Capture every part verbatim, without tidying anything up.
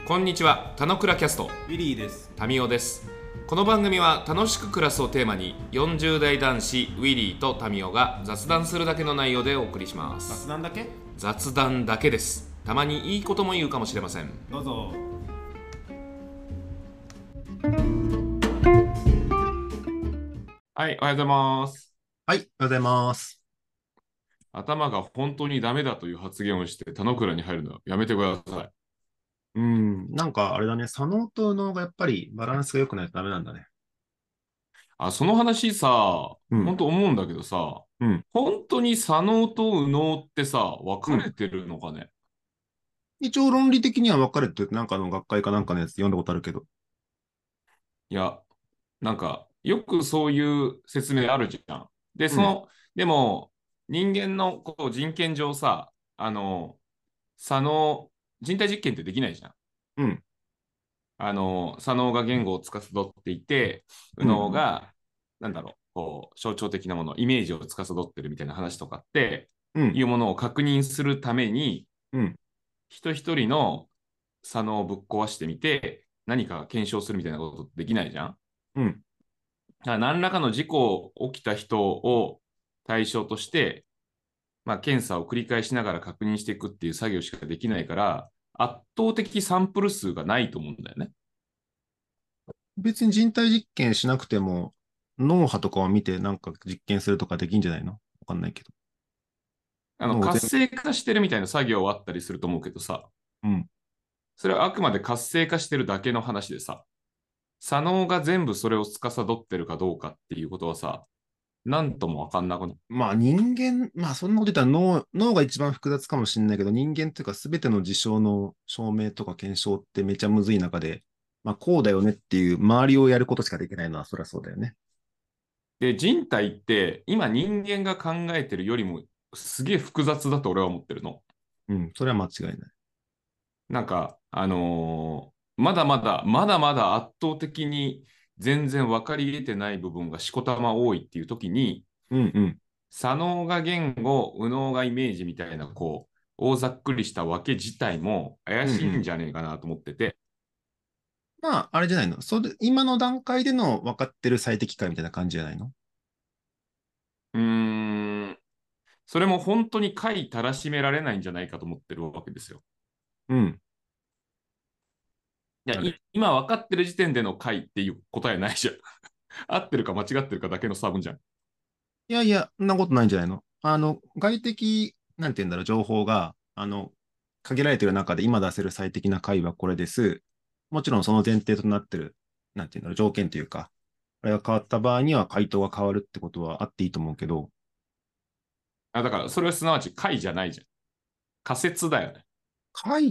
こんにちは、たのくらキャストウィリーです。 タミオです。この番組は楽しく暮らすをテーマによんじゅう代男子ウィリーとタミオが雑談するだけの内容でお送りします。 雑談だけ？ 雑談だけです。たまにいいことも言うかもしれません。 どうぞ。 はい、おはようございます。 はい、おはようございます。 頭が本当にダメだという発言をして田之倉に入るのはやめてください。 うん、なんかあれだね、左脳と右脳がやっぱりバランスが良くないとダメなんだね。 あ、その話さ、 うん、 本当思うんだけどさ、 うん、 本当に左脳と右脳ってさ、分うん。 かれてるのかね。 一応論理的には分かれてる、なんかの学会かなんかのやつ読んだことあるけど。 いや、なんか、よくそういう説明あるじゃん。で、 うん、 その、でも、人間のこう人権上さ、あの、左脳、人体実験ってできないじゃん。 うん、 あの、左脳が言語を司っていて、右うん、 脳が、なんだろう、こう、象徴的なもの、イメージを司ってるみたいな話とかって、 うん、 いうものを確認するために、 うん、 人一人の左脳をぶっ壊してみて、何か検証するみたいなことできないじゃん。 うん。 何らかの事故起きた人を対象として、まあ、検査を繰り返しながら確認していくっていう作業しかできないから、圧倒的サンプル数がないと思うんだよね。 別に人体実験しなくても、脳波とかを見てなんか実験するとかできんじゃないの？わかんないけど。 あの活脳全、 性化してるみたいな作業はあったりすると思うけどさ、 うん。 それはあくまで活性化してるだけの話でさ、左脳が全部それを司ってるかどうかっていうことはさ、なんともわかんなくない？ まあ人間、まあそんなこと言ったら脳、脳が一番複雑かもしれないけど、人間っていうか全ての事象の証明とか検証ってめちゃむずい中で、まあこうだよねっていう周りをやることしかできないのはそりゃそうだよね。 で、人体って今人間が考えてるよりもすげえ複雑だと俺は思ってるの。 うん、それは間違いない。 なんか、あのーまだまだ、まだまだ圧倒的に全然分かり得てない部分がしこたま多いっていう時に、 うんうん。 左脳が言語、右脳がイメージみたいな、こう、大ざっくりしたわけ自体も怪しいんうんうん。 じゃねえかなと思ってて、 まあ、あれじゃないの。それ、今の段階での分かってる最適解みたいな感じじゃないの？ うーん、それも本当に解たらしめられないんじゃないかと思ってるわけですよ。 うん。 いや、 あれ。 い今分かってる時点での解っていう答えないじゃん。合ってるか間違ってるかだけの差分じゃん。 いやいや、そんなことないんじゃないの？あの、外的、なんて言うんだろう、情報が、あの、限られてる中で今出せる最適な解はこれです。もちろんその前提となってる、なんて言うんだろう、条件というか、これが変わった場合には回答が変わるってことはあっていいと思うけど、 あ、だからそれはすなわち解じゃないじゃん。仮説だよね。 解って、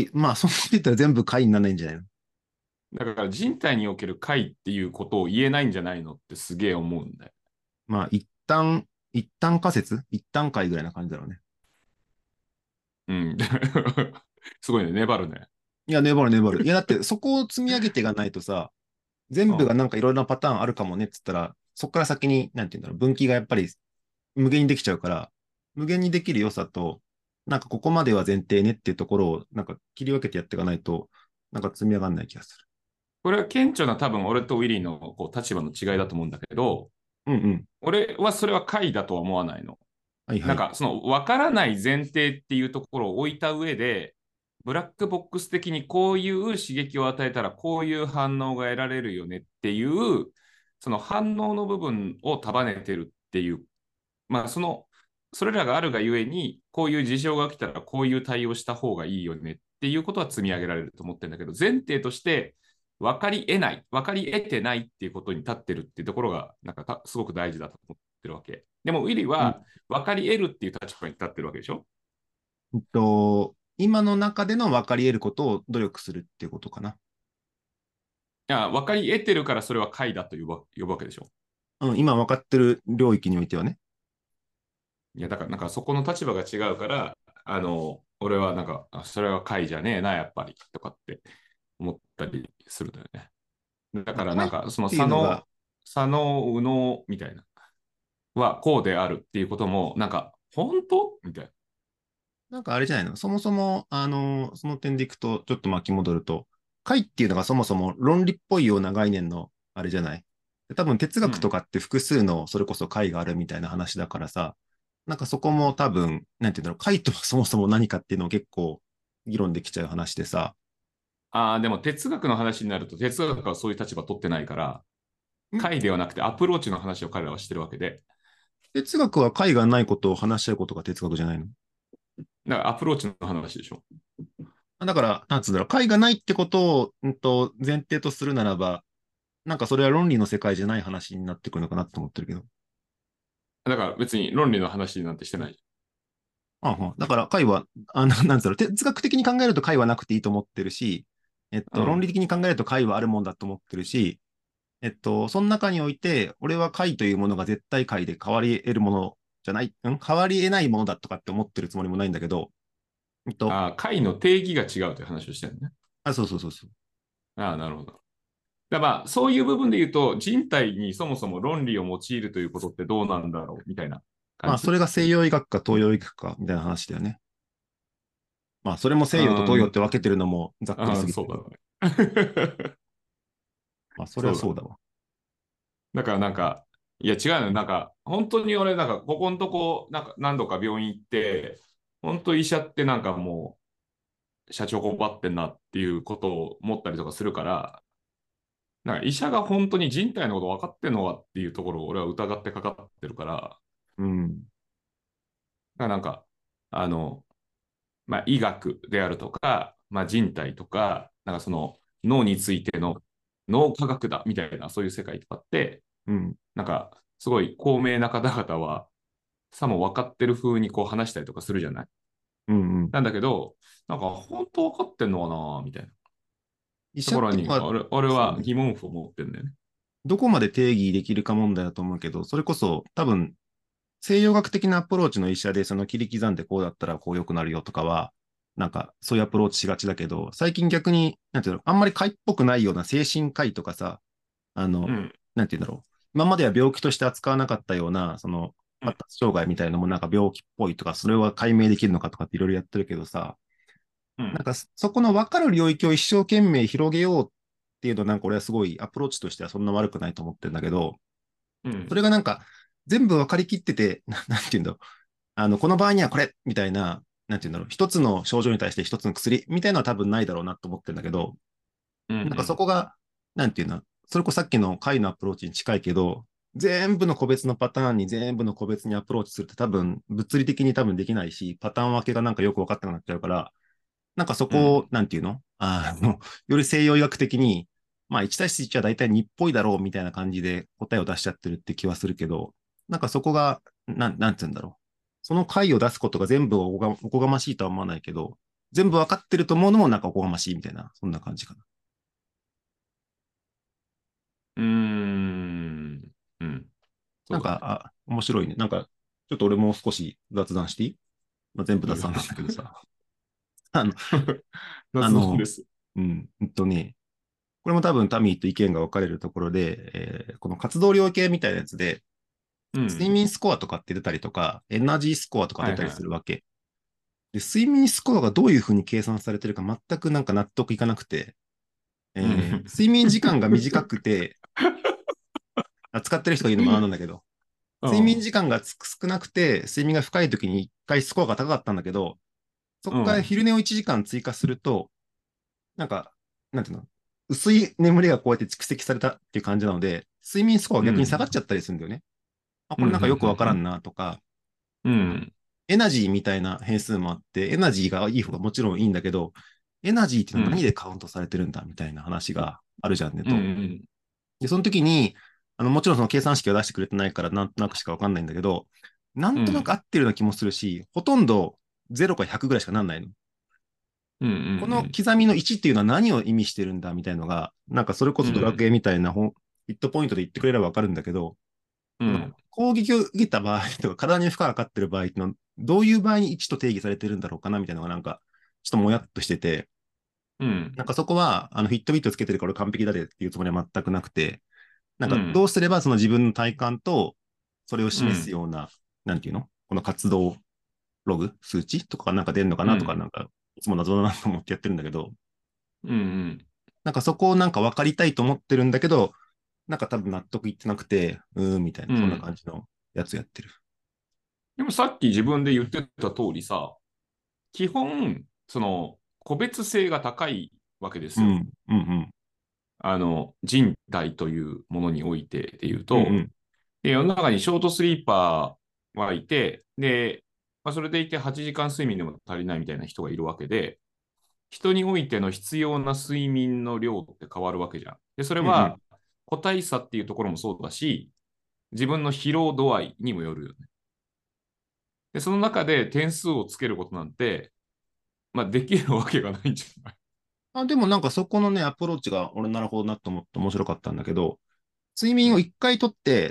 まあ、そんなこと言ったら全部解にならないんじゃないの？ だから人体における解っていうことを言えないんじゃないのってすげえ思うんだよ。 まあ、一旦、一旦仮説一旦解ぐらいな感じだろうね。 うん。すごいね、粘るね。 いや、粘る粘る。いや、だってそこを積み上げていかないとさ、全部がうん。 なんかいろいろなパターンあるかもねっつったら、そこから先に、なんていうんだろう、分岐がやっぱり無限にできちゃうから、無限にできる良さと、なんかここまでは前提ねっていうところを、なんか切り分けてやっていかないと、なんか積み上がんない気がすこれは顕著な多分俺とウィリーのこう立場の違いだと思うんだけど、 る。うんうん。 俺はそれは解だとは思わないの。 はいはい。 なんかその分からない前提っていうところを置いた上で、ブラックボックス的にこういう刺激を与えたらこういう反応が得られるよねっていう、その反応の部分を束ねてるっていう、まあその、それらがあるがゆえに、こういう事象が起きたらこういう対応した方がいいよねっていうことは積み上げられると思ってるんだけど、前提として分かり得ない、分かり得てないっていうことに立ってるっていうところが、なんかすごく大事だと思ってるわけ。でもウィリーうん。 は分かり得るっていう立場に立ってるわけでしょ？ えっと、今の中での分かり得ることを努力するっていうことかな。 いや、分かり得てるからそれは解だと呼ぶ呼ぶわけでしょ？ うん、今分かってる領域においてはね。 いや、だからなんかそこの立場が違うから、あの、俺はなんか、あそれは解じゃねえな、やっぱり、とかって思ったりするんだよね。だまあ、 からなんか、その解っていうのが、 左脳、左脳、右脳みたいな、はこうであるっていうことも、なんか、本当みたいな。 なんかあれじゃないのそもそも、あの、その点でいくと、ちょっと巻き戻ると、解っていうのがそもそも論理っぽいような概念のあれじゃない。で多分哲うん。 学とかって複数のそれこそ解があるみたいな話だからさ、なんかそこも多分、なんていうんだろう、解とはそもそも何かっていうのを結構議論できちゃう話でさ、 ああ、でも哲学の話になると、哲学はそういう立場取ってないから、 ん解ではなくてアプローチの話を彼らはしてるわけで、 哲学は解がないことを話し合うことが哲学じゃないの？ だからアプローチの話でしょ。 だから、なんつうんだろう、解がないってことを、うんと、前提とするならば、なんかそれは論理の世界じゃない話になってくるのかなと思ってるけど。 だから別に論理の話なんてしてない。 ああ、だから解は、あの、なんつうの、哲学的に考えると解はなくていいと思ってるし、えっと、論理うん。 的に考えると解はあるもんだと思ってるし、えっと、その中において、俺は解というものが絶対解で変わり得るものじゃない、ん変わり得ないものだとかって思ってるつもりもないんだけど、えっと、 ああ、解の定義が違うという話をしてるね。 あ、そうそうそうそう。 ああ、なるほど。だまあ、そういう部分で言うと、人体にそもそも論理を用いるということってどうなんだろうみたいなまあ、そ感じ。 れが西洋医学か東洋医学か、みたいな話だよね。まあ、それもう西洋と東洋っん、 て分けてるのもざっくりああ、 すぎるけど。 そうだね。 まあ、それはそうだね。 そうだわ。 だからなんか、いや違うの、なんか、本当に俺、なんか、ここのとこ、なんか何度か病院行って、本当医者ってなんかもう、社長困ってんなっていうことを思ったりとかするから、なんか医者が本当に人体のこと分かってんのかっていうところを俺は疑ってかかってるから、だかうん。 らなんか、あの、まあ、医学であるとか、まあ、人体とか、なんかその脳についての脳科学だみたいなそういう世界とかって、 うん。 なんかすごい高名な方々はさも分かってる風にこう話したりとかするじゃない。 うん。うん。 なんだけど、なんか本当分かってんのかなみたいな医者っところてのは、 に俺俺はそうね。 疑問符を持ってるんだよね。 どこまで定義できるか問題だと思うけど、それこそ多分西洋学的なアプローチの医者で、その切り刻んでこうだったらこう良くなるよとかは、なんかそういうアプローチしがちだけど、最近逆に、なんていうの、あんまり解っぽくないような精神科医とかさ、あの、 うん。 なんていうんだろう。今までは病気として扱わなかったような、その、 うん。 発達障害みたいなのもなんか病気っぽいとか、それは解明できるのかとかっていろいろやってるけどさ、 うん。 なんかそこの分かる領域を一生懸命広げようっていうのはなんか俺はすごいアプローチとしてはそんな悪くないと思ってるんだけど、 うん。 それがなんか全部分かりきってて、ななんていうんだろう。あの、この場合にはこれみたいな、なんていうんだろう。一つの症状に対して一つの薬みたいなのは多分ないだろうなと思ってるんだけど、 うん。うなんかそん。 こが、なんていうの、それこそさっきの解のアプローチに近いけど、全部の個別のパターンに全部の個別にアプローチするって多分物理的に多分できないし、パターン分けがなんかよく分かってなくなっちゃうから、なんかそこを、 うん。 なんていうのあの、より西洋医学的に、まあいちたすいちは大体にっぽいだろうみたいな感じで答えを出しちゃってるって気はするけど、なんかそこが、なん、なんていうんだろう。その解を出すことが全部おこがおこがましいとは思わないけど、全部分かってると思うのもなんかおこがましいみたいな、そんな感じかな。 うーん。うん。 なんか、 そうだね。 あ、面白いね。なんか、ちょっと俺も少し雑談していい？まあ、全部いいよ。 雑談なんだけどさ。あの、あ雑談での、 す。 うん、うんとね、これも多分タミーと意見が分かれるところで、えーこの活動量計みたいなやつで、睡うん。 眠スコアとかって出たりとか、エナジースコアとか出たりはいはい。 するわけ。で、睡眠スコアがどういうふうに計算されてるか全くなんか納得いかなくて、 うえーん。 睡眠時間が短くて、あ使ってる人がいるのもなんなんだけど、睡眠うん。 時間がつ少なくて、睡眠が深い時に一回スコアが高かったんだけど、そこからうん。 昼寝をいちじかん追加すると、なんか、なんていうの、薄い眠りがこうやって蓄積されたっていう感じなので、睡眠スコアが逆に下がっちゃったりするんだよね。あ、 うん。 これなんかよくわからんうん。 なとか、 うん。 エナジーみたいな変数もあって、エナジーがいい方がもちろんいいんだけど、エナジーっていうのは何うん。 でカウントされてるんだみたいな話があるじゃんねうん。うと。 ん。 で、その時に、あの、もちろんその計算式を出してくれてないからなんとなくしかわかんないんだけど、なんとなく合ってるような気もするし、ほとんどゼロかひゃくぐらいしかなんないの。 うん。うこのん。 刻みのいちっていうのは何を意味してるんだみたいなのが、なんかそれこそドラクエみたいな本ヒットポイントで言ってくれればわかるんだけど、このうん。 攻撃を受けた場合とか、体に負荷がかかってる場合ってのは、どういう場合にいちと定義されてるんだろうかなみたいなのがなんか、ちょっともやっとしてて、 うん。 なんかそこは、あの、ヒットビットつけてるから完璧だでっていうつもりは全くなくて、なんかどうん。 うすればその自分の体感と、それを示すうん。 ような、なんていうのこの活動ログ、数値とかなんか出るのかなとか、 うん。 なんか、いつも謎だなと思ってやってるんだけど、 うんうん。 なんかそこをなんか分かりたいと思ってるんだけど、なんか多分納得いってなくて、うーん、みたいな、そんなうん。 感じのやつやってる。 でもさっき自分で言ってた通りさ、基本、その、個別性が高いわけですよ。 うん、うん、うん、 あの、人体というものにおいてで言ううん、うと、 ん、 で、世の中にショートスリーパーはいて、で、まあ、それでいてはちじかん睡眠でも足りないみたいな人がいるわけで、人においての必要な睡眠の量って変わるわけじゃん。で、それうん、うん。 は個体差っていうところもそうだし、自分の疲労度合いにもよるよね。で、その中で点数をつけることなんて、まあ、できるわけがないんじゃない？ あ、でもなんかそこのね、アプローチが俺なるほどなと思って面白かったんだけど、睡眠をうん。 いっかい取って、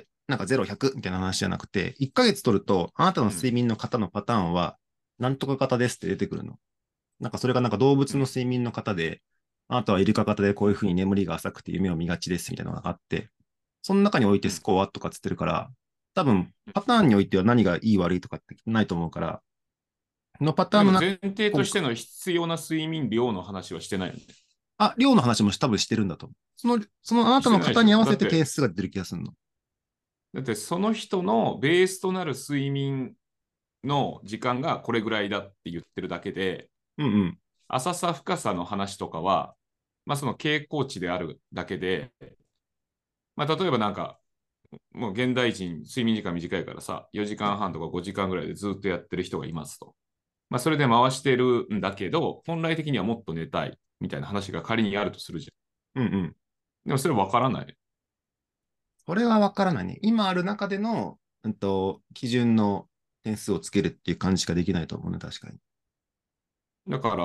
なんかゼロ、ひゃくみたいな話じゃなくて、いっかげつ取ると、あなたのうん。 睡眠の型のパターンは、なんとか型ですって出てくるの。なんかそれがなんか動物のうん。 睡眠の型で、あなたはイルカ型でこういうふうに眠りが浅くて夢を見がちですみたいなのがあって、その中においてスうん。 コアとかつってるから、多分パターンにおいては何がいい悪いとかってないと思うから、このパターンの中、 でも前提としての必要な睡眠量の話はしてないよね。 あ、量の話も多分してるんだと思う。その、そのあなたのしてないでしょ。 型に合わせて点だって、 数が出る気がするの。 だってその人のベースとなる睡眠の時間がこれぐらいだって言ってるだけで、 うんうん。 浅さ深さの話とかは、まあその傾向値であるだけで、まあ例えばなんか、もう現代人睡眠時間短いからさ、よじかんはんとかごじかんぐらいでずっとやってる人がいますと。まあそれで回してるんだけど、本来的にはもっと寝たいみたいな話が仮にあるとするじうんうん。 ゃん。でもそれわからない。 これはわからないね。今ある中での、うんと、基準の点数をつけるっていう感じしかできないと思うね、確かに。 だから、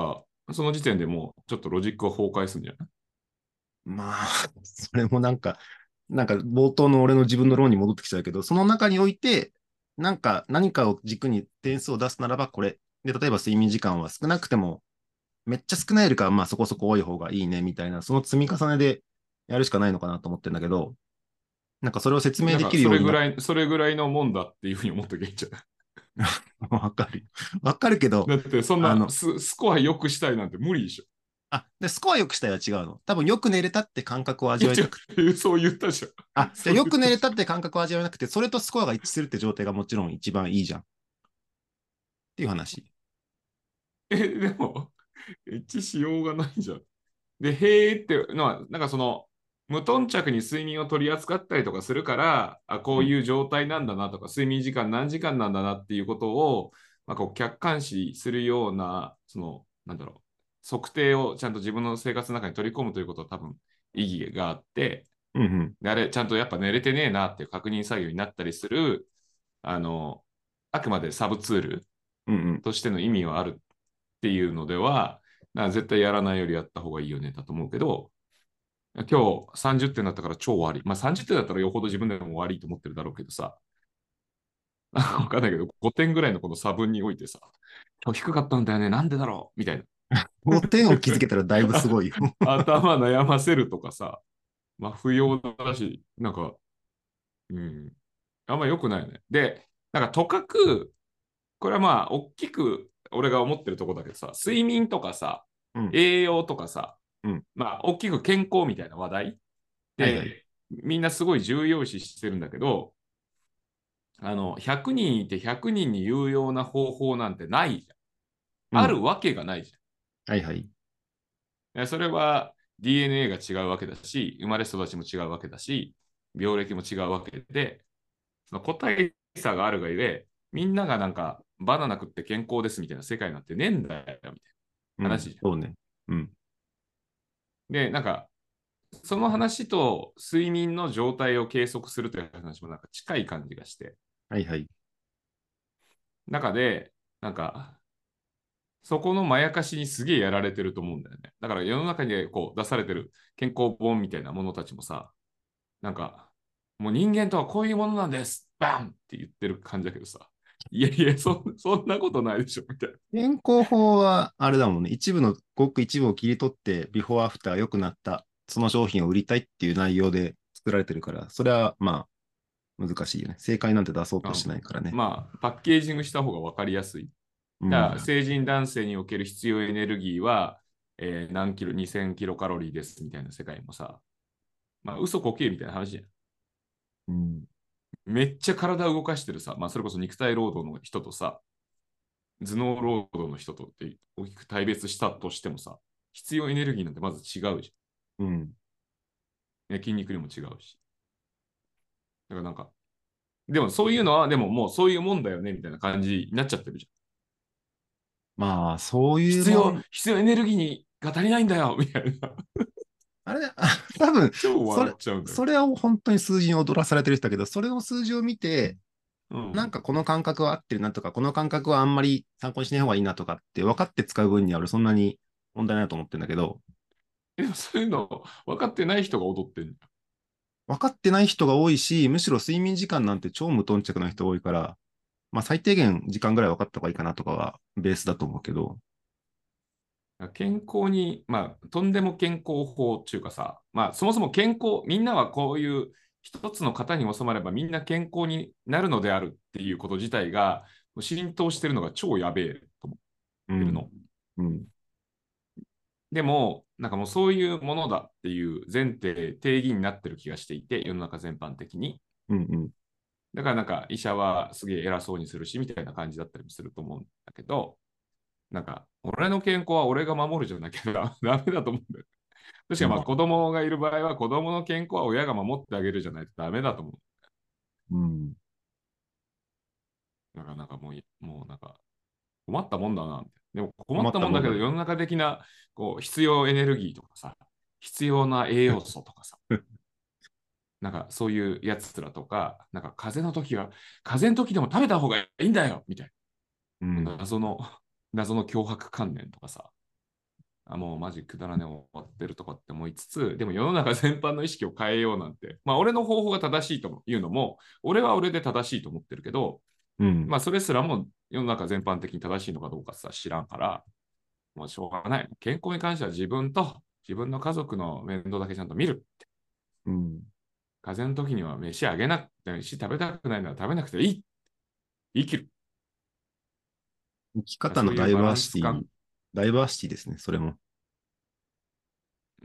その時点でもうちょっとロジックが崩壊するんじゃない？ まあ、それもなんか、なんか冒頭の俺の自分の論に戻ってきちゃうけど、その中において、なんか何かを軸に点数を出すならばこれ。で、例えば睡眠時間は少なくても、めっちゃ少ないよりかはまあそこそこ多い方がいいねみたいな、その積み重ねでやるしかないのかなと思ってるんだけど、なんかそれを説明できなんかるようになっそれぐらい、それぐらいのもんだっていうふうに思っときゃいいんじゃない？ わかるよ。わかるけど、 だってそんあの、 なス、スコア良くしたいなんて無理でしょ。 あ、で、スコア良くしたいは違うの。多分よく寝れたって感覚をいや、 味わいたく、 違う、そう言ったじゃん。 あ、じゃあそうよく寝れたっ言ったじて感覚を味わえなくて、それとスコアが一致するって状態がもちろん一番いいじゃんっていう話。 ゃん。え、でも、一致しようがないじゃん。で、へーっていうのは、なんかその、無頓着に睡眠を取り扱ったりとかするから、あ、こうん。 ういう状態なんだなとか、睡眠時間何時間なんだなっていうことを、まあ、こう客観視するような、その、なんだろう、測定をちゃんと自分の生活の中に取り込むということは多分意義があって、 うんうん。 であれ、ちゃんとやっぱ寝れてねえなっていう確認作業になったりする、あの、あくまでサブツールうんうん。 としての意味はあるっていうのでは、な絶対やらないよりやった方がいいよねだと思うけど、今日さんじゅってんだったから超悪い。まあさんじゅってんだったらよほど自分でも悪いと思ってるだろうけどさ、わかんないけどごてんぐらいのこの差分においてさ、今日低かったんだよね、なんでだろうみたいな。 ごてんを気づけたらだいぶすごいよ。 頭悩ませるとかさ、まあ不要だし、なんか、うん、あんま良くないよね。で、なんかとかく、これはまあ大きく俺が思ってるところだけどさ、睡眠とかさ、 うん。 栄養とかさ、 うん。 まあ大きく健康みたいな話題はいはい。 で、みんなすごい重要視してるんだけど、あの、ひゃくにんいてひゃくにんに有用な方法なんてないじゃん。 うん。 あるわけがないじはいはい。 ゃん。それは ディーエヌエー が違うわけだし、生まれ育ちも違うわけだし、病歴も違うわけで、その個体差があるがゆえ、みんながなんかバナナ食って健康ですみたいな世界なんてねえんだよみたいなうん。 話じゃそうね。うん。 ん。で、なんか、その話と睡眠の状態を計測するという話もなんか近い感じがして、 はいはい。 中で、なんか、そこのまやかしにすげえやられてると思うんだよね。だから世の中にこう出されてる健康本みたいなものたちもさ、なんか、もう人間とはこういうものなんですバンって言ってる感じだけどさ、いやいや、そそんなことないでしょ、みたいな。 健康法は、あれだもんね。一部の、ごく一部を切り取って、ビフォーアフター良くなった、その商品を売りたいっていう内容で作られてるから、それは、まあ、難しいよね。正解なんて出そうとあしないからね。 まあ、パッケージングした方が分かりやすい。 うん。 だから成人男性における必要エネルギーは、えー何キロ、にせんキロカロリーですみたいな世界もさ、まあ嘘こけみたいな話じゃん。 うん。 めっちゃ体を動かしてるさ、まあそれこそ肉体労働の人とさ、頭脳労働の人とって大きく大別したとしてもさ、必要エネルギーなんてまず違うじうん。 ゃん。ね、筋肉にも違うし。だからなんか、でもそういうのは、でももうそういうもんだよねみたいな感じになっちゃってるじゃん。 まあ、そういう必要、 もん、 必要エネルギーが足りないんだよみたいな。 あれ、あ多分、 超笑それ、 っちゃうんだよ。 それは本当に数字に踊らされてる人だけど、それの数字を見て、 うん。 なんかこの感覚は合ってるなとか、この感覚はあんまり参考にしない方がいいなとかって分かって使う分には俺そんなに問題ないと思ってるんだけど、 でもそういうの分かってない人が踊ってるんだ分かってない人が多いし、むしろ睡眠時間なんて超無頓着な人多いから、まあ最低限時間ぐらい分かった方がいいかなとかはベースだと思うけど、 よ。健康に、まあ、とんでも健康法っていうかさ、まあ、そもそも健康、みんなはこういう一つの型に収まればみんな健康になるのであるっていうこと自体が浸透してるのが超やべえと思ってるの。 うん、うん、 でも、なんかもうそういうものだっていう前提、定義になってる気がしていて、世の中全般的に。 うん、うん、 だからなんか医者はすげえ偉そうにするしみたいな感じだったりもすると思うんだけど、なんか俺の健康は俺が守るじゃなきゃダメだと思うんだよ。確かにまあ子まあ、 供がいる場合は子供の健康は親が守ってあげるじゃないとダメだと思う。 うん、 だからなんかもう、もうなんか困ったもんだなみたいな。でも困困ったもんだけどったもんだね。 世の中的なこう必要エネルギーとかさ、必要な栄養素とかさ、なんかそういうやつらとか、なんか風邪の時は、風邪の時でも食べた方がいいんだよみたいな。 うん、 謎の、謎の脅迫観念とかさ、あ、もうマジくだらね終わってるとかって思いつつ、でも世の中全般の意識を変えようなんて、まあ俺の方法が正しいというのも、俺は俺で正しいと思ってるけど、 うん、 まあそれすらも世の中全般的に正しいのかどうかさ知らんから、もうしょうがない。健康に関しては自分と自分の家族の面倒だけちゃんと見る。 うん。 風邪の時には飯あげなくていいし、食べたくないなら食べなくていい。生きる。 生き方のダイバーそういうバランシティ、 ス感。 ダイバーシティですね、それも。 うん、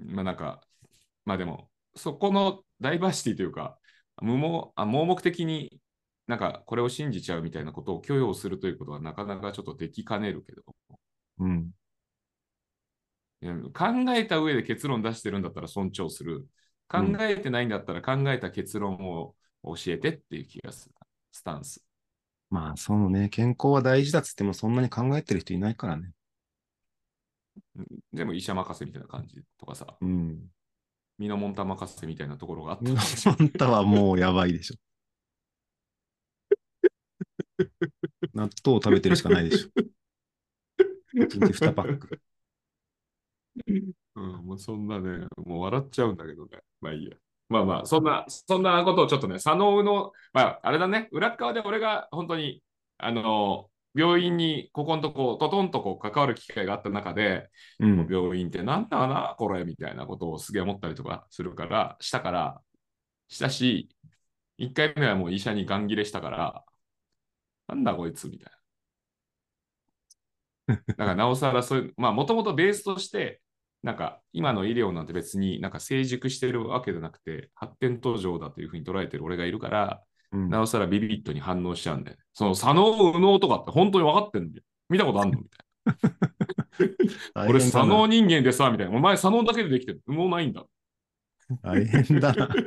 まあなんか、まあでも、そこのダイバーシティというか、無もあ盲目的になんかこれを信じちゃうみたいなことを許容するということはなかなかちょっとできかねるけど、 うん。 いや考えた上で結論出してるんだったら尊重する。考うん。 えてないんだったら考えた結論を教えてっていう気がする。スタンス。 まあ、そうね。健康は大事だっつってもそんなに考えてる人いないからね。 でも医者任せみたいな感じとかさ、 うん。 ミノモンタ任せみたいなところがあったミノとするじゃん。 モンタはもうやばいでしょ。納豆を食べてるしかないでしょ。いちにちにパック。 うん、もうそんなね、もう笑っちゃうんだけどね。まあいいや。まあまあ、そんな、そんなことをちょっとね、左脳の、まあ、あれだね、裏っ側で俺が本当に、あの、病院にここのとこ、トトンとこう関わる機会があった中で、もううん。 病院ってなんだかな、これ、みたいなことをすげえ思ったりとかするから、したから、したし、いっかいめはもう医者にガン切れしたから、なんだこいつ、みたいな。だからなおさらそういう、まあもともとベースとして、なんか今の医療なんて別になんか成熟してるわけじゃなくて、発展途上だというふうに捉えてる俺がいるから、 うん。 なおさらビビットに反応しちゃうんだよね。その左脳右脳とかって本当に分かってんのよ。見たことあんのみたいな。 大俺変だな。 左脳人間でさ、みたいな。お前左脳だけでできてる。右脳ないんだ。 大変だな。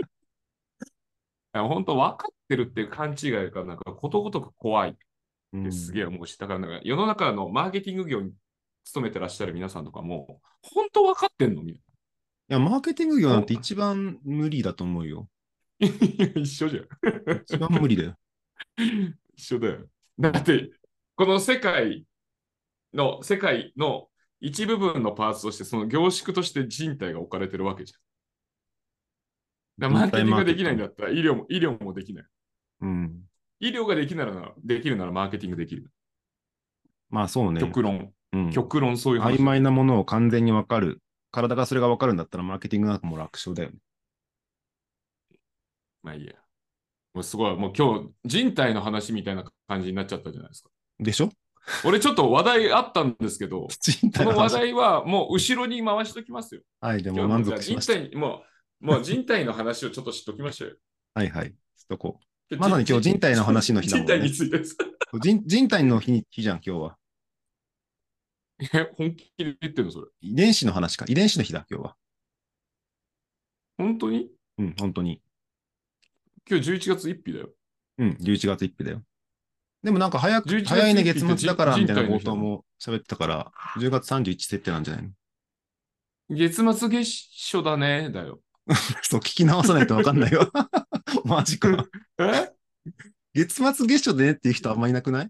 本当分かってるっていう勘違いがなんかことごとく怖いっうん。 てすげえ思うし、だからなんか世の中のマーケティング業に勤めてらっしゃる皆さんとかも、本当分かってんのみたいいや、マーケティング業な。 なんてお一番無理だと思うよ。 一緒じゃん。 一番無理だよ。 一緒だよ。だって、この世界の、世界の一部分のパーツとして、その凝縮として人体が置かれてるわけじゃん。だからマーケ人体ティングができないんマーケットね。 だったら医療も、医療もできない。 うん。 医療ができなら、できるならマーケティングできる。 まあそうね。 極論。 うん。 極論そういう話だよ。 曖昧なものを完全にわかる。体がそれがわかるんだったらマーケティングなんかもう楽勝だよね。 まあいいや。もうすごい、もう今日人体の話みたいな感じになっちゃったじゃないですか。 でしょ？ 俺ちょっと話題あったんですけど、 人体の話。 その話題はもう後ろに回しときますよ。 はい、でも満今日はもうじゃあ足しました。 人体、もう、もう人体の話をちょっと知っときましょうよ。 はいはい。しとこう。まさじじに今日人体の話の日だ人体にもんね。 ついてです。 人、人体の日、日じゃん、今日は。 え、本気で言ってんのそれ。 遺伝子の話か。遺伝子の日だ、今日は。 本当に？ うん、本当に。 今日じゅういちがつついたちだよ。 うん、じゅういちがつついたちだよ。でもなんか早く、 11月早いね、 ついたちって月末だじ人からみたいな体の日なの？ 冒頭も喋ってたから、じゅうがつさんじゅういち設定なんじゃないの？ 月末月初だね、だよ。 そう、聞き直さないとわかんないわ。マジか。 え月末月初でねっていう人あんまいなくない？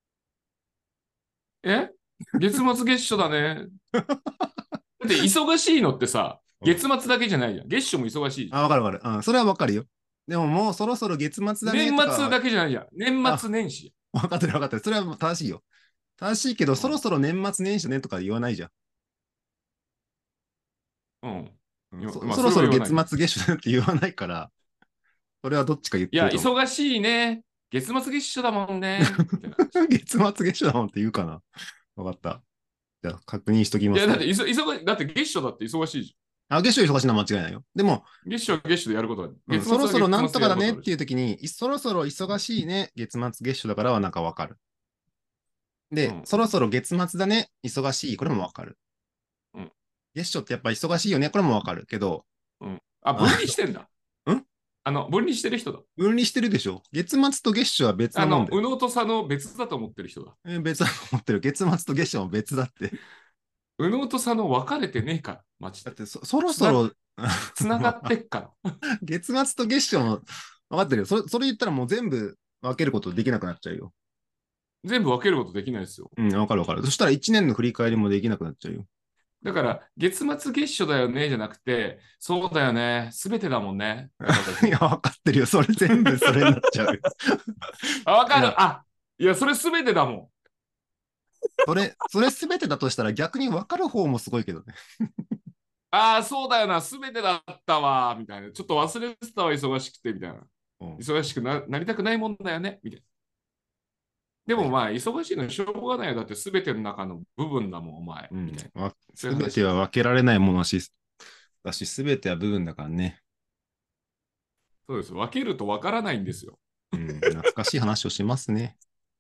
え月末月初だね。だって忙しいのってさ、 うん。 月末だけじゃないじゃん。月初も忙しいじあ、わかるわかる。うん、それはわかるよ。でももうそろそろ月末ゃん。 だねとか、 年末だけじゃないじゃん。年末あ、 年始。 わかってるわかってる。それはもう正しいよ。正しいけど、そろうん。 そろ年末年始だねとか言わないじゃん。 うん。 うん、 今まあ、 そそろそれはそろ月言わないよ。 末月初だねって言わないから、それはどっちか言っいや、 てると思忙しいね。月末月初だもんね。みたいな感じ。 う。月末月初だもんって言うかな。わかった。じゃあ確認しときいや、 ますね。 だって忙、忙だって月初だって忙しいじあ、月初忙しいのは間違いないよ。でも、 ゃん。月初は月初でやることは、 うん、 月末はそろそろなん月末でやとかだねってることあるし。 いう時に、いそろそろ忙しいね、月末月初だからはなんかわかる。で、 うん。 そろそろ月末だね、忙しい、これもわかる。 うん。 月初ってやっぱ忙しいよね、これもわかる。けど、 うん。あ、分あ離してんだ。 の、んあの、分離してる人だ。 分離してるでしょ？月末と月初は別あの、 なもんだよ。 右脳と左脳別だと思ってる人だ。 えー別だと思ってる。月末と月初も別だって。 右脳と左脳分かれてねえから、マジで。 だってそ、そろつな、 そろ、 つながってっから。 月末と月初も分かってるよ。それ、それ言ったらもう全部分けることできなくなっちゃうよ。 全部分けることできないですよ。 うん、分かる分かる。そしたらいちねんの振り返りもできなくなっちゃうよ。 だから、月末月初だよね、じゃなくて、そうだよね、すべてだもんね、って形いや、 で。 分かってるよ。それ全部それになっちゃうよ。 あ、わかる。 いや、 あ、いや、それすべてだもん。 それ、それ全てだとしたら逆に分かる方もすごいけどね。 ああ、そうだよな、すべてだったわ、みたいな。ちょっと忘れてたわ、忙しくて、みたいな。 うん。 忙しくな、なりたくないもんだよね、みたいな。ではい。 もまあ、忙しいのしょうがないよ。だってすべての中の部分だもん、お前、 うん。 みたいな。 わ、 そういう全ては話。 分けられないものし、だし、全ては部分だからね。 そうです。分けると分からないんですよ。 うん。懐かしい話をしますね。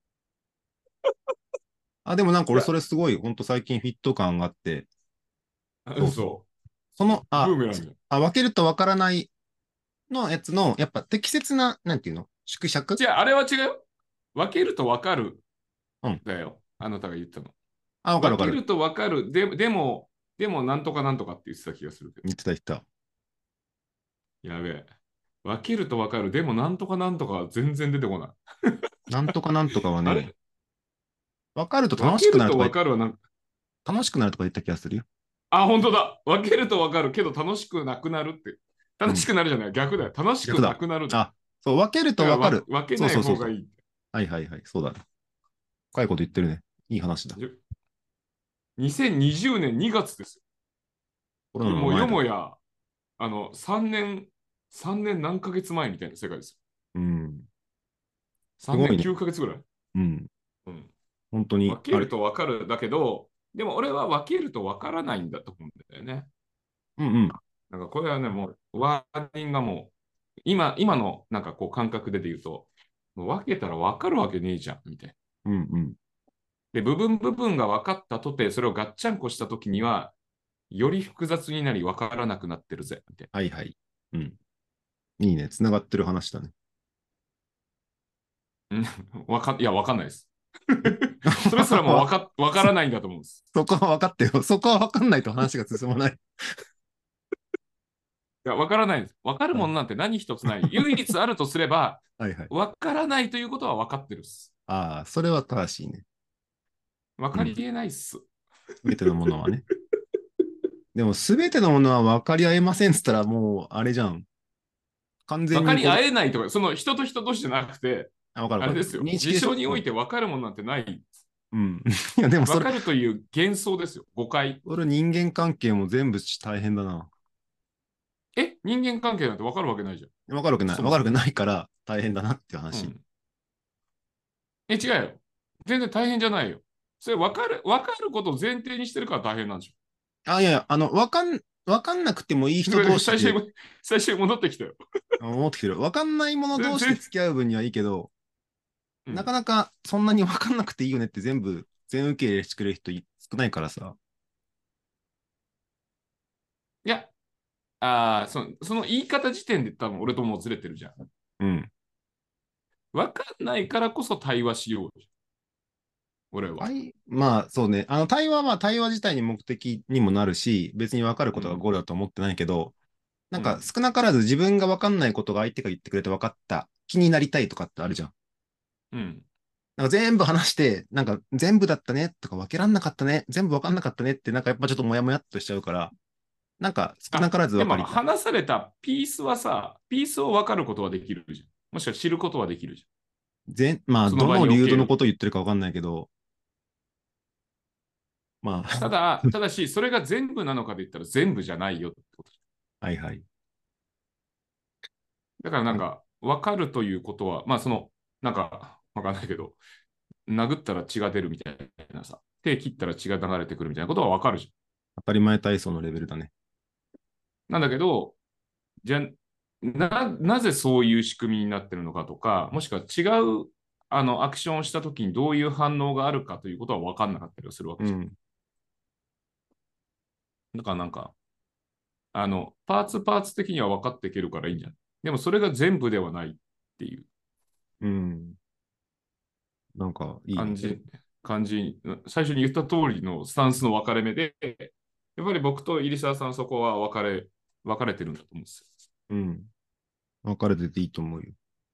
あ、でもなんかいや、 俺それすごい、ほんと最近フィット感があって、そうそう。 嘘。 その、あ、 ブーメランじゃん。 あ、分けると分からないのやつの、やっぱ適切な、なんていうの縮尺。 違う、あれは違うよ。分けると分かるうん。 だよ。あなたが言ったの。 あ、分かる分かる。 分けると分かる。で、でも、でも、なんとかなんとかって言ってた気がするけど。 言ってた言ってた。 やべえ。分けると分かる。でも、なんとかなんとかは全然出てこない。 なんとかなんとかはね、 あれ分かると分楽しけるとくなるとか言っ、 分かるはなんか、 楽しくなるとか言った気がするよ。 あ、本当だ。分けると分かるけど楽しくなくなるって。楽しうん。 くなるじゃない。逆だよ。楽しく逆だ。 なくなるだ。 あ、そう、分けるとだからわ分かる。そう分けないそうそうそう。 方がいい。 はいはいはい。そうだね。深いこと言ってるね。いい話だ。 にせんにじゅうねんにがつですコロよ。もうナの前だ。 よもや、あの、さんねん、さんねん何ヶ月前みたいな世界ですよ。 うん。す 3年ごいね。 きゅうかげつぐらい。 うん。 うん。 本当に、あれ。 分けると分かるだけど、でも俺は分けると分からないんだと思うんだよね。 うんうん。 なんかこれはね、もう、ワーディンがもう、今、今のなんかこう感覚でで言うと、もう分けたら分かるわけねえじゃん、みたいな。 うんうん。 で、部分部分が分かったとて、それをガッチャンコしたときには、より複雑になり分からなくなってるぜ、みたいはいはい。うん。いいね。つながってる話だね。 な。うんわか、いや、分かんないです。それすらも分か、分かそ、 らないんだと思うんです。 そこは分かってよ。そこは分かんないと話が進まない。 いや、分からないです。分かるはいものなんて何一つない。唯一あるとすれば、 はいはい。 分からないということは分かってるっす。 ああ、それは正しいね。 分かりうん。 えないっす。 すべてのものはね。でも、すべてのものは分かり合えませんっつったら、もう、あれじゃん。完分かり合全にこれ、 えないとか、その人と人同士じゃなくて、 あ、分かる分かる。 あれですよ。 認識でしょ？ 事象においうん。 て分かるものなんてない。 うん。いや、でもそれ、 分かるという幻想ですよ。誤解。 それ人間関係も全部大変だな。 え、人間関係なんて分かるわけないじゃん。 分かるわけない。分かるわけそもそも。 ないから大変だなっていう話。 うん。え、違うよ。 全然大変じゃないよ。それ分かる、分かることを前提にしてるから大変なんでしあ、いやいや、あの、わかん、わかんなくてもいい人同ょ。 士で、 最初に、最初に戻ってきたよ。 あ思ってきてる。わかんない者同士で全然、 付き合う分にはいいけど、 うん。 なかなかそんなにわかんなくていいよねって全部、全受け入れしてくれる人少ないからさ。 いや、ああ、その、その言い方時点で多分俺ともうずれてるじゃん。 うん。 分かんないからこそ対話しよう。俺は。 はい。まあ、そうね。あの、対話は対話自体に目的にもなるし、別に分かることがうん。 ゴールだと思ってないけど、なんかうん。 少なからず自分が分かんないことが相手が言ってくれて分かった気になりたいとかってあるじゃん。 うん。 なんか全部話して、なんか全部だったねとか分けらんなかったね、全部分かんなかったねって、なんかやっぱちょっとモヤモヤっとしちゃうから、なんか少なあ、 からずでも分かりたい。 話されたピースはさ、ピースを分かることはできるじゃん。もしくは知ることはできるじ全、まあ、 ゃん。そのど場におの流度のける。 ことを言ってるか分かんないけど、まあ、 ただ、ただし、それが全部なのかで言ったら全部じゃないよってこと。 はいはい。 だからなんか、分かるということは、まあその、なんか、わかんないけど、殴ったら血が出るみたいなさ、手切ったら血が流れてくるみたいなことは分かるじ当たり前体操のレベルだね。 ゃん。なんだけど、じゃな、なぜそういう仕組みになってるのかとか、もしくは違うあのアクションをしたときにどういう反応があるかということは分かんなかったりするわけじうん。 ゃん。だからなんか、あの、パーツパーツ的には分かっていけるからいいんじゃん。でもそれが全部ではないっていううん。なんか、いいね。 感じ、感じ、最初に言った通りのスタンスの分かれ目で、やっぱり僕と入澤さんそこは分かれ、分かれてるんだと思うんですよ。 うん。分かれてていいと思うよ。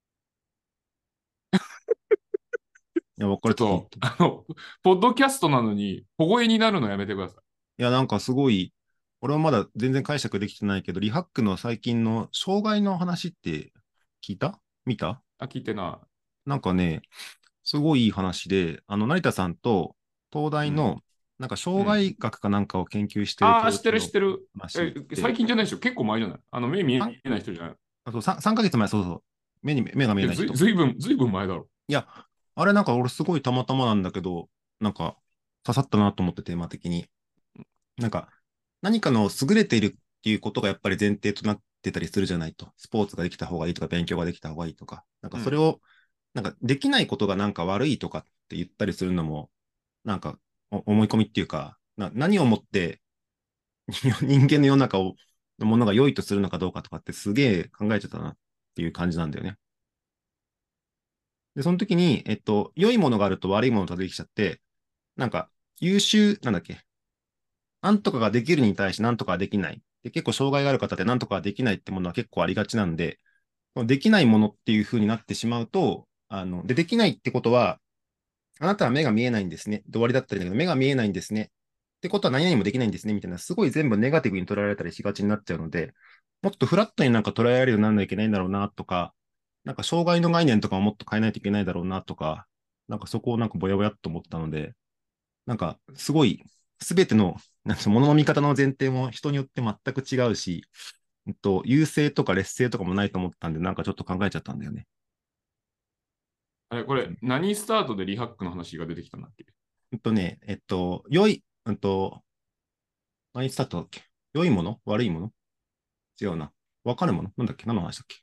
いや、分かれてていいちょっと、 と思う。 あの、ポッドキャストなのに小声になるのやめてください。 いや、なんかすごい、俺はまだ全然解釈できてないけど、リハックの最近の障害の話って聞いた見たあ、聞いてななんかね、すごいいい話で、あの、成田さんと東い。うん。 大の、なんか障うん。 害学かなんかを研究してるああ、知ってる知っ教授のてる。え、 話で、 最近じゃないでしょ。結構前じゃない。あの、目見さんえない人じゃない。 あと さん, さんヶ月前、そうそう、目に目が見ええ、ずい、 ない人。 ずいぶん、ずいぶん前だろ。 いや、あれなんか俺すごいたまたまなんだけど、なんか刺さったなと思ってテーマ的に。なんか何かの優れているっていうことがやっぱり前提となってたりするじゃないと。スポーツができた方がいいとか、勉強ができた方がいいとか。なんかうん。 それを、なんかできないことがなんか悪いとかって言ったりするのも、なんか思い込みっていうか、な何をもって人間の世の中を、のものが良いとするのかどうかとかってすげえ考えちゃったなっていう感じなんだよね。で、その時に、えっと、良いものがあると悪いものができちゃって、なんか、優秀、なんだっけ、なんとかができるに対してなんとかができない。で、結構障害がある方ってなんとかができないってものは結構ありがちなんで、できないものっていう風になってしまうと、あの、で、できないってことは、あなたは目が見えないんですね。で終わりだったりだけど、目が見えないんですね。ってことは何々もできないんですね。みたいな、すごい全部ネガティブに捉えられたりしがちになっちゃうので、もっとフラットになんか捉えられるようにならないといけないんだろうなとか、なんか障害の概念とかももっと変えないといけないだろうなとか、なんかそこをなんかぼやぼやっと思ったので、なんかすごい、すべての、なんか物の見方の前提も人によって全く違うし、えっと、優勢とか劣勢とかもないと思ったんで、なんかちょっと考えちゃったんだよね。 え、これ、何スタートでリハックの話が出てきたんだっけ？ えっとね、えっと、良い、うんと、何スタートだっけ良いもの悪いもの違うな。わかるものなんだっけ何の話だっけ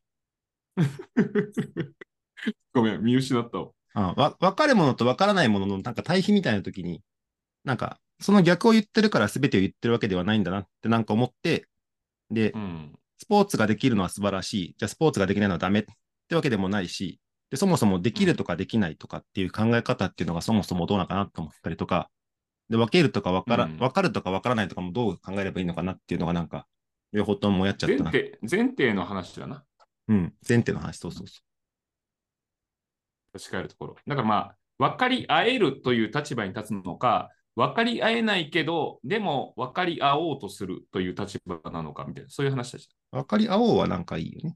ごめん、見失ったわ。 あわ、わかるものとわからないもののなんか対比みたいな時に、なんか、その逆を言ってるから全てを言ってるわけではないんだなってなんか思って、で、 うん。 スポーツができるのは素晴らしい。じゃあスポーツができないのはダメってわけでもないし、で、そもそもできるとうん。 かできないとかっていう考え方っていうのがそもそもどうなのかなと思ったりとか、で、分けるとか分から、 うん。 分かるとか分からないとかもどう考えればいいのかなっていうのがなんか、両方ともやっちゃったな。 前提、前提の話だな。 うん。前提の話、そうそうそ確かえるところ。だからまあ、分かり合えるという立場に立つのか、分かり合えないけど、でも分かり合おうとするという立場なのかみたいな、そういう話だし。 う。分かり合おうはなんかいいよね。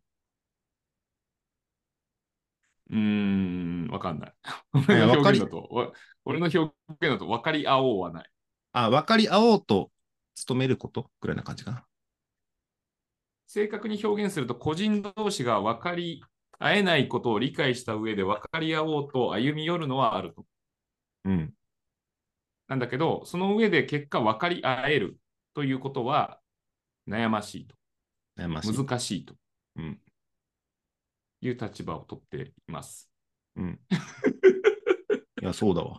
うーん、分かんない。 いや、 俺の分かり、 表現だと、わ俺の表現だと分かり合おうはない。 あ、分かり合おうと努めることぐらいな感じかな。 正確に表現すると、個人同士が分かり合えないことを理解した上で分かり合おうと歩み寄るのはあると。 うん。 なんだけど、その上で結果分かり合えるということは悩ましいと、 悩ましい。 難しいとうん。 いう立場を取っています。 うん。いや、そうだわ。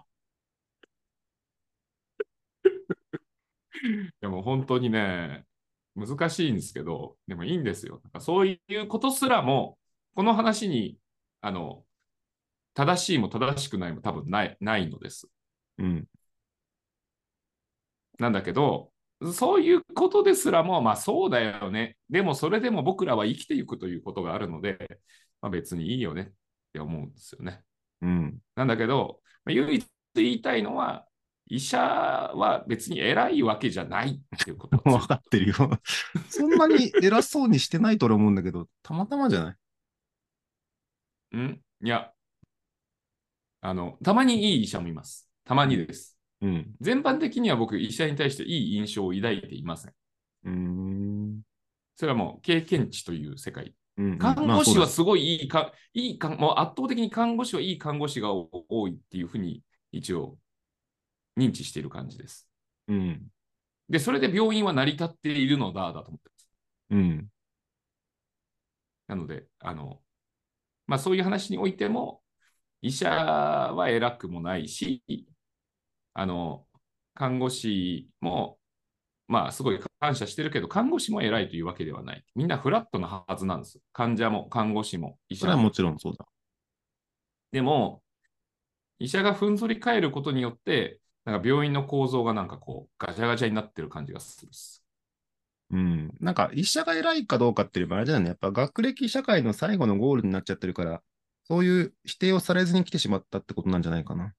でも本当にね、難しいんですけど、でもいいんですよ。なんかそういうことすらも、この話に、あの、正しいも正しくないも多分ない、ないのです。 うん。 なんだけど、そういうことですらも、まあそうだよね。でもそれでも僕らは生きていくということがあるので、まあ、別にいいよねって思うんですよね。 うん。 なんだけど、唯一言いたいのは、医者は別に偉いわけじゃないっていうことはわ強く。 かってるよ。そんなに偉そうにしてないと俺思うんだけど、たまたまじゃない？ んいや、あの、たまにいい医者もいます。たまうん。 にです。 うん。 全般的には僕、医者に対していい印象を抱いていません。 うーん。 それはもう経験値という世界。 うんうん。 看護まあそうだよ。 師はすごいいいか、いいか、もう圧倒的に看護師はいい看護師が多いっていうふうに一応認知している感じです。 うん。 で、それで病院は成り立っているのだ、だと思ってます。 うん。 なので、あの、まあそういう話においても、医者は偉くもないし、あの、看護師も、まあすごい感謝してるけど、看護師も偉いというわけではない。みんなフラットなはずなんです。患者も看護師も医者も。 それはもちろんそうだ。 でも、医者がふんぞり返ることによって、なんか病院の構造がなんかこう、ガチャガチャになってる感じがするっす。 うん。なんか、医者が偉いかどうかっていうのはあれだよね。やっぱ学歴社会の最後のゴールになっちゃってるから、そういう否定をされずに来てしまったってことなんじゃないかな。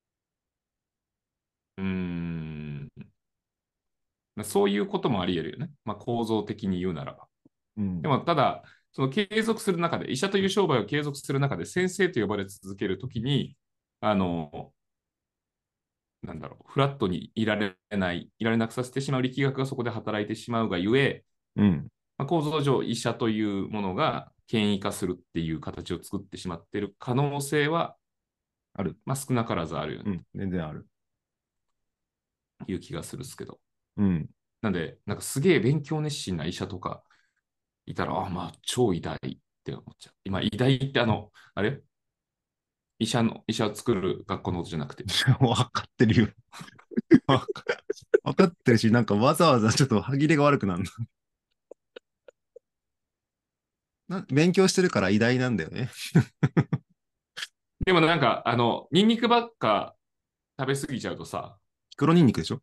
うーん。そういうこともあり得るよね。まあ構造的に言うならば。 うん。 でも、ただ、その継続する中で、医者という商売を継続する中で、先生と呼ばれ続けるときに、あの、なんだろう、フラットにいられない、いられなくさせてしまう力学がそこで働いてしまうがゆえ、 うん。 まあ、構造上、医者というものが権威化するっていう形を作ってしまっている可能性は、 ある。 まあ、少なからずあるよね、 うん。全然ある。 という気がするっすけど。 うん。 なんで、なんかすげえ勉強熱心な医者とかいたら、ああ、まあ、超偉大って思っちゃう。今、偉大ってあの、あれ医者の、医者を作る学校のことじゃなくて。 わかってるよ。わかわかってるし、なんかわざわざちょっと歯切れが悪くなるの。な勉強してるから偉大なんだよね。 でもなんか、あの、ニンニクばっか食べ過ぎちゃうとさ、 黒ニンニクでしょ？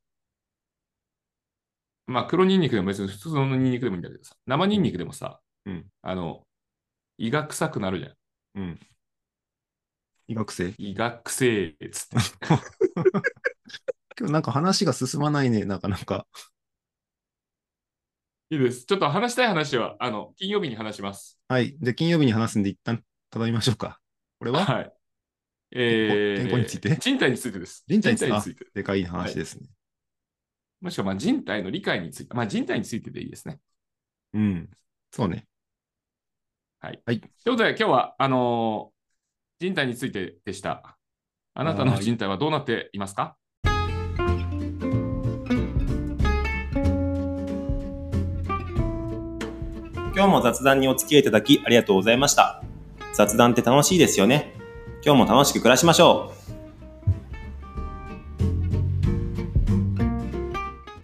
まあ、黒ニンニクでも別に普通のニンニクでもいいんだけどさ、生ニンうん。 ニクでもさ、 うん。 あの、胃が臭くなるじゃん。 うん。医学生。 医学生っつって。 今日なんか話が進まないね。なかなか。 いいです。ちょっと話したい話は、あの、金曜日に話します。 はい。じゃあ金曜日に話すんで一旦頼みましょうか。これははい。 健康、健康についえー、 て？ 人体についてです。人人体について、あ、 体について。 でかいはい。 話ですね。 もしくは、まあ、人体の理解について。まあ、人体についてでいいですね。 うん。そうね。 はい。 はい。 ということで、今日は、あのー人体についてでした。あなたのはーい。 人体はどうなっていますか？ 今日も雑談にお付き合いいただきありがとうございました。雑談って楽しいですよね。今日も楽しく暮らしましょう。